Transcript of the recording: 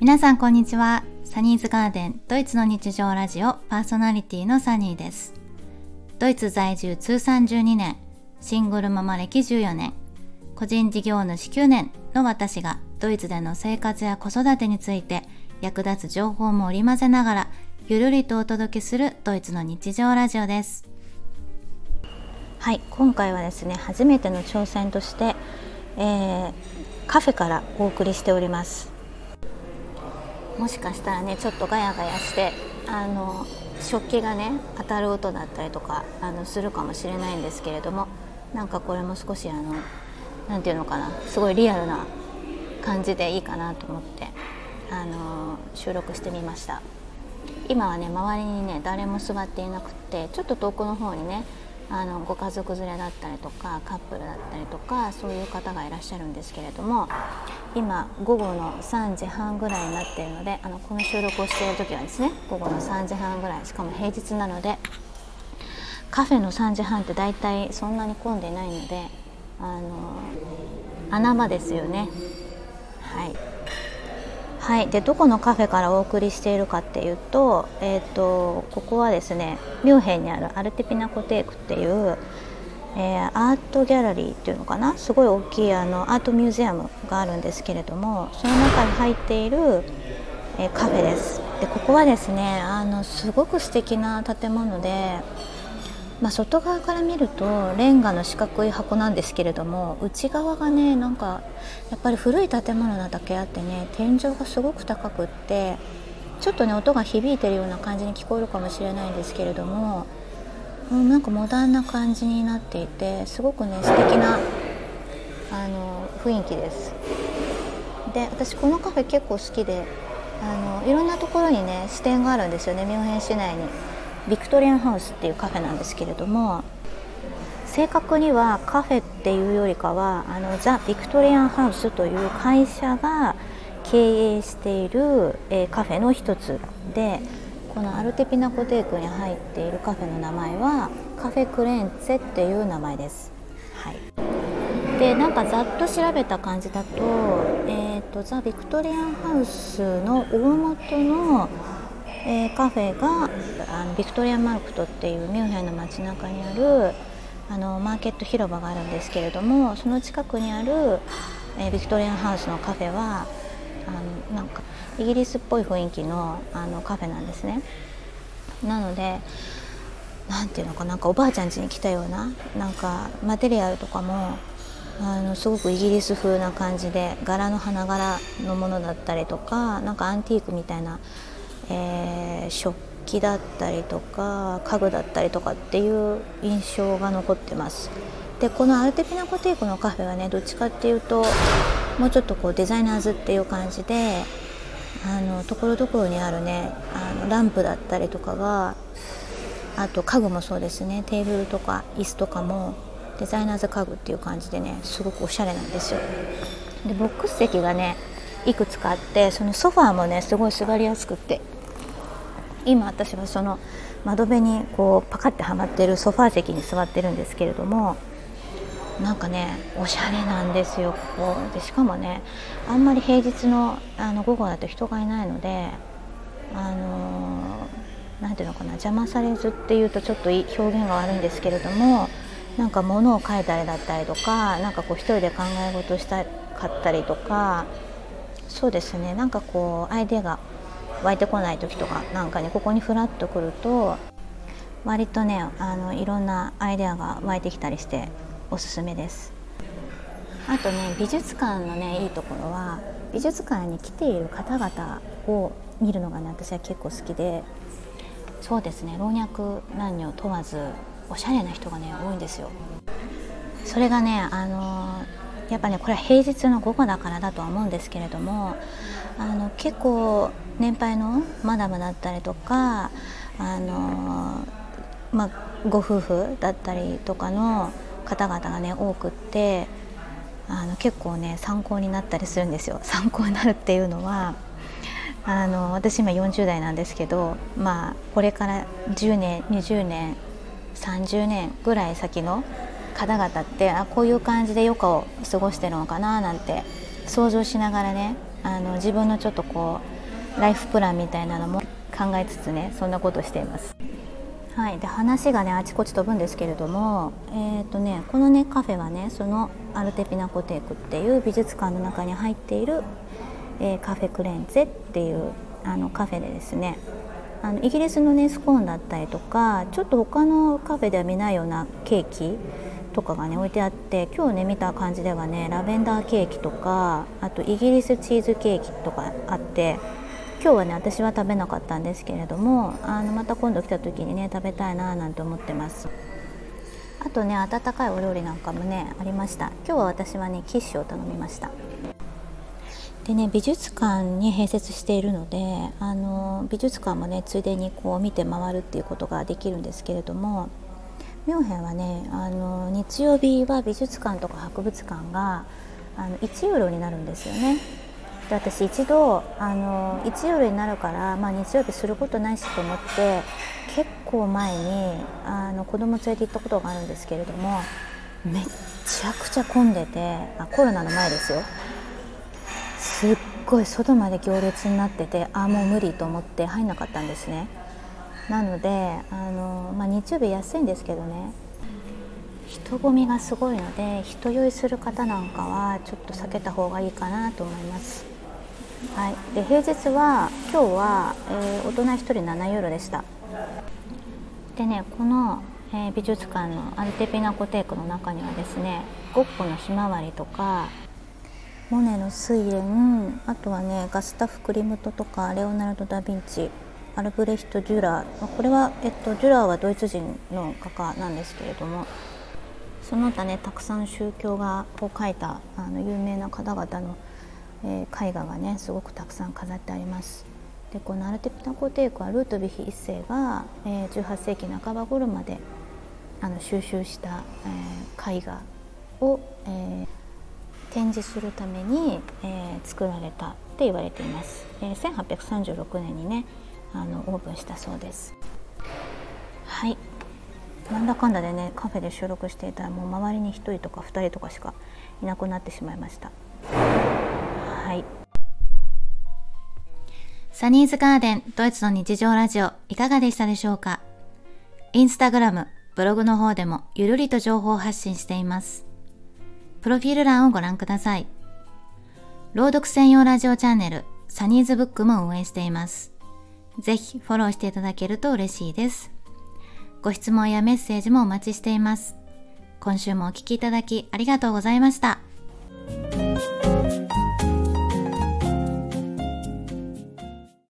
皆さんこんにちは。サニーズガーデンドイツの日常ラジオパーソナリティのサニーです。ドイツ在住通算12年、シングルママ歴14年、個人事業主9年の私がドイツでの生活や子育てについて役立つ情報も織り交ぜながらゆるりとお届けするドイツの日常ラジオです。はい、今回はですね、初めての挑戦として、カフェからお送りしております。もしかしたらね、ちょっとガヤガヤして食器がね当たる音だったりとかするかもしれないんですけれども、なんかこれも少しなんていうのかな、すごいリアルな感じでいいかなと思って収録してみました。今はね、周りにね誰も座っていなくて、ちょっと遠くの方にねご家族連れだったりとかカップルだったりとかそういう方がいらっしゃるんですけれども、今午後の3時半ぐらいになっているので、この収録をしている時はですね、午後の3時半ぐらい、しかも平日なので、カフェの3時半ってだいたいそんなに混んでいないので穴場ですよね。はい、でどこのカフェからお送りしているかっていうと、ここはですね、ミュンヘンにあるアルテピナコテークっていう、アートギャラリーっていうのかな、すごい大きいアートミュージアムがあるんですけれども、その中に入っている、カフェです。でここはですね、すごく素敵な建物で、外側から見るとレンガの四角い箱なんですけれども、内側がね、なんかやっぱり古い建物なだけあってね、天井がすごく高くって、ちょっとね音が響いてるような感じに聞こえるかもしれないんですけれども、なんかモダンな感じになっていて、すごくね素敵な雰囲気です。で私このカフェ結構好きで、いろんなところにね支店があるんですよね、ミュンヘン市内に。ビクトリアンハウスっていうカフェなんですけれども、正確にはカフェっていうよりかはザ・ビクトリアンハウスという会社が経営している、カフェの一つで、このアルテピナコテークに入っているカフェの名前はカフェクレンツェっていう名前です。でなんかざっと調べた感じだと、ザ・ビクトリアンハウスの大元のカフェがビクトリアマルクトっていうミュンヘンの街中にあるマーケット広場があるんですけれども、その近くにある、ビクトリアンハウスのカフェはなんかイギリスっぽい雰囲気のカフェなんですね。なのでなんていうのか、なんかおばあちゃん家に来たような、なんかマテリアルとかもすごくイギリス風な感じで、柄の花柄のものだったりとか、なんかアンティークみたいな食器だったりとか家具だったりとかっていう印象が残ってます。でこのアルテピナコテークのカフェはね、どっちかっていうともうちょっとこうデザイナーズっていう感じで、ところどころにあるねランプだったりとかが、あと家具もそうですね、テーブルとか椅子とかもデザイナーズ家具っていう感じでね、すごくおしゃれなんですよ。でボックス席がねいくつかあって、そのソファーもねすごい座りやすくって、今私はその窓辺にこうパカッてはまっているソファー席に座ってるんですけれども、なんかねおしゃれなんですよここで。しかもね、あんまり平日の午後だと人がいないので、なんていうのかな、邪魔されずっていうとちょっと表現が悪いんですけれども、なんか物を書いたりだったりとか、なんかこう一人で考え事したかったりとか、そうですね、なんかこうアイデアが湧いてこない時とかなんかにここにフラッと来ると割とねいろんなアイデアが湧いてきたりしておすすめです。あとね、美術館のねいいところは、美術館に来ている方々を見るのがね私は結構好きで、そうですね、老若男女問わずおしゃれな人がね多いんですよ。それがねやっぱね、これは平日の午後だからだとは思うんですけれども、結構年配のマダムだったりとかご夫婦だったりとかの方々がね多くって、結構ね参考になったりするんですよ。参考になるっていうのは私今40代なんですけど、これから10年20年30年ぐらい先の方々ってこういう感じで余暇を過ごしてるのかななんて想像しながらね、自分のちょっとこライフプランみたいなのも考えつつね、そんなことをしています。はい、で話がねあちこち飛ぶんですけれども、このねカフェはね、そのアルテピナコテークっていう美術館の中に入っている、カフェクレンツェっていうカフェでですね、イギリスのねスコーンだったりとか、ちょっと他のカフェでは見ないようなケーキとかがね置いてあって、今日ね見た感じではねラベンダーケーキとか、あとイギリスチーズケーキとかあって、今日はね私は食べなかったんですけれども、また今度来た時にね食べたいななんて思ってます。あとね温かいお料理なんかもねありました。今日は私はねキッシュを頼みました。でね、美術館に併設しているので、美術館もねついでにこう見て回るっていうことができるんですけれども、ミュンヘンはね日曜日は美術館とか博物館が1ユーロになるんですよね。で私一度1ユーロになるから、日曜日することないしと思って結構前に子供連れて行ったことがあるんですけれども、めっちゃくちゃ混んでて、コロナの前ですよ。すっごい外まで行列になってて、もう無理と思って入んなかったんですね。なので日曜日安いんですけどね、人混みがすごいので人酔いする方なんかはちょっと避けた方がいいかなと思います。はい、で平日は今日は、大人1人7ユーロでした。でね、この、美術館のアルテピナコテークの中にはですね、ゴッホのひまわりとかモネの睡蓮、あとはねガスタフ・クリムトとかレオナルド・ダ・ヴィンチ、アルブレヒト・デュラー、これは、デュラーはドイツ人の画家なんですけれども、その他ねたくさん宗教画を描いた有名な方々の、絵画がねすごくたくさん飾ってあります。でこのアルテピナコテークはルートヴィヒ1世が、18世紀半ば頃まで収集した、絵画を、展示するために、作られたって言われています。1836年にねオープンしたそうです。はい、なんだかんだでねカフェで収録していたらもう周りに1人とか2人とかしかいなくなってしまいました。はい、サニーズガーデンドイツの日常ラジオいかがでしたでしょうか。インスタグラム、ブログの方でもゆるりと情報を発信しています。プロフィール欄をご覧ください。朗読専用ラジオチャンネルサニーズブックも運営しています。ぜひフォローしていただけると嬉しいです。ご質問やメッセージもお待ちしています。今週もお聞きいただきありがとうございました。